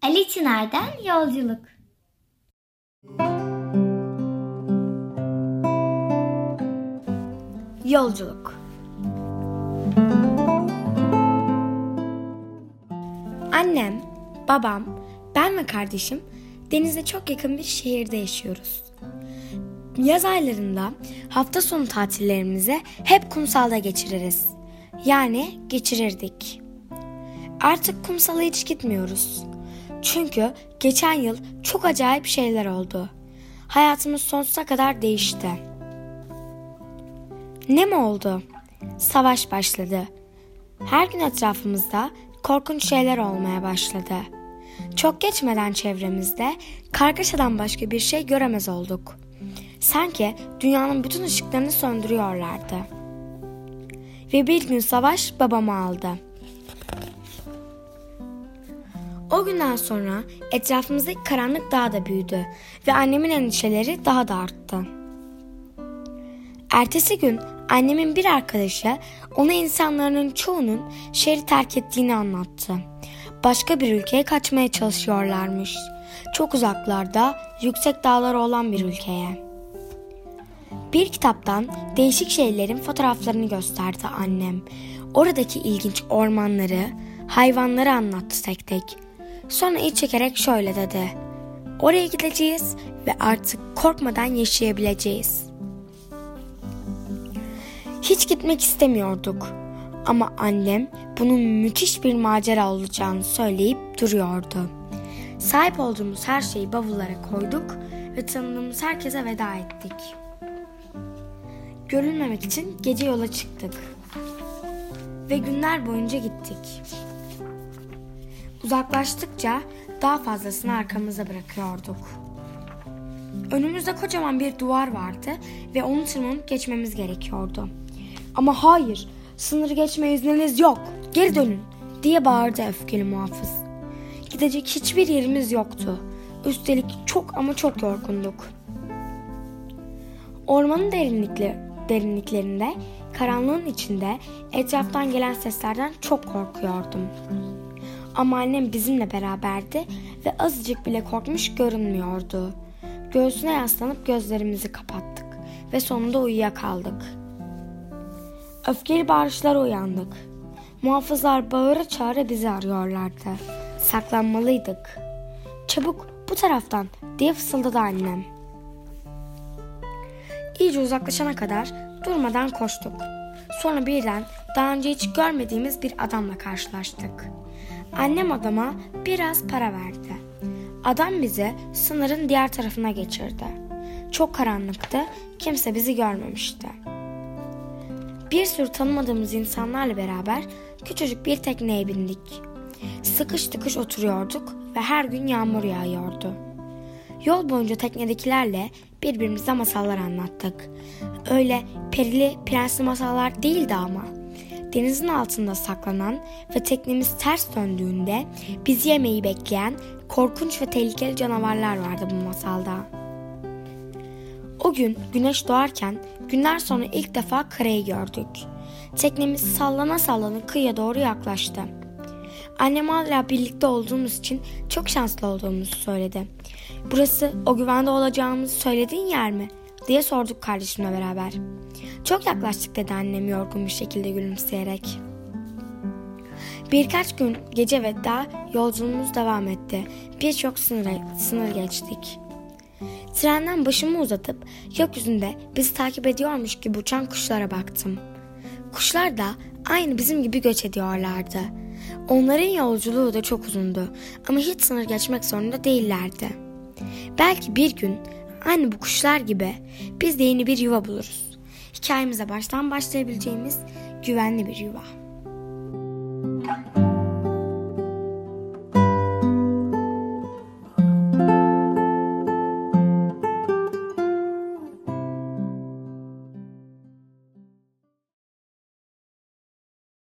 Ali Çınar'dan yolculuk. Yolculuk. Annem, babam, ben ve kardeşim denize çok yakın bir şehirde yaşıyoruz. Yaz aylarında hafta sonu tatillerimizi hep kumsalda geçiririz. Yani geçirirdik. Artık kumsala hiç gitmiyoruz. Çünkü geçen yıl çok acayip şeyler oldu. Hayatımız sonsuza kadar değişti. Ne mi oldu? Savaş başladı. Her gün etrafımızda korkunç şeyler olmaya başladı. Çok geçmeden çevremizde kargaşadan başka bir şey göremez olduk. Sanki dünyanın bütün ışıklarını söndürüyorlardı. Ve bir gün savaş babamı aldı. O günden sonra etrafımızdaki karanlık daha da büyüdü ve annemin endişeleri daha da arttı. Ertesi gün annemin bir arkadaşı ona insanların çoğunun şehri terk ettiğini anlattı. Başka bir ülkeye kaçmaya çalışıyorlarmış. Çok uzaklarda, yüksek dağları olan bir ülkeye. Bir kitaptan değişik şeylerin fotoğraflarını gösterdi annem. Oradaki ilginç ormanları, hayvanları anlattı tek tek. Sonra iç çekerek şöyle dedi: "Oraya gideceğiz ve artık korkmadan yaşayabileceğiz." Hiç gitmek istemiyorduk. Ama annem bunun müthiş bir macera olacağını söyleyip duruyordu. Sahip olduğumuz her şeyi bavullara koyduk ve tanıdığımız herkese veda ettik. Görülmemek için gece yola çıktık. Ve günler boyunca gittik. Uzaklaştıkça daha fazlasını arkamıza bırakıyorduk. Önümüzde kocaman bir duvar vardı ve onu tırmanıp geçmemiz gerekiyordu. "Ama hayır, sınırı geçme izniniz yok, geri dönün," diye bağırdı öfkeli muhafız. Gidecek hiçbir yerimiz yoktu. Üstelik çok ama çok yorgunduk. Ormanın derinliklerinde, karanlığın içinde etraftan gelen seslerden çok korkuyordum. Ama annem bizimle beraberdi ve azıcık bile korkmuş görünmüyordu. Göğsüne yaslanıp gözlerimizi kapattık ve sonunda uyuyakaldık. Öfkeli bağırışlara uyandık. Muhafızlar bağıra çağıra bizi arıyorlardı. Saklanmalıydık. "Çabuk, bu taraftan," diye fısıldadı annem. İyice uzaklaşana kadar durmadan koştuk. Sonra birden daha önce hiç görmediğimiz bir adamla karşılaştık. Annem adama biraz para verdi. Adam bizi sınırın diğer tarafına geçirdi. Çok karanlıktı, kimse bizi görmemişti. Bir sürü tanımadığımız insanlarla beraber küçücük bir tekneye bindik. Sıkış tıkış oturuyorduk ve her gün yağmur yağıyordu. Yol boyunca teknedekilerle birbirimize masallar anlattık. Öyle perili, prensli masallar değildi ama. Denizin altında saklanan ve teknemiz ters döndüğünde bizi yemeyi bekleyen korkunç ve tehlikeli canavarlar vardı bu masalda. O gün güneş doğarken günler sonra ilk defa karayı gördük. Teknemiz sallana sallana kıyıya doğru yaklaştı. Annem hala birlikte olduğumuz için çok şanslı olduğumuzu söyledi. "Burası o güvende olacağımızı söylediğin yer mi?" diye sorduk kardeşimle beraber. "Çok yaklaştık," dedi annem yorgun bir şekilde gülümseyerek. Birkaç gün gece ve daha yolculuğumuz devam etti. Birçok sınır geçtik. Trenden başımı uzatıp gökyüzünde bizi takip ediyormuş gibi uçan kuşlara baktım. Kuşlar da aynı bizim gibi göç ediyorlardı. Onların yolculuğu da çok uzundu ama hiç sınır geçmek zorunda değillerdi. Belki bir gün aynı bu kuşlar gibi biz de yeni bir yuva buluruz. Hikayemize baştan başlayabileceğimiz güvenli bir yuva.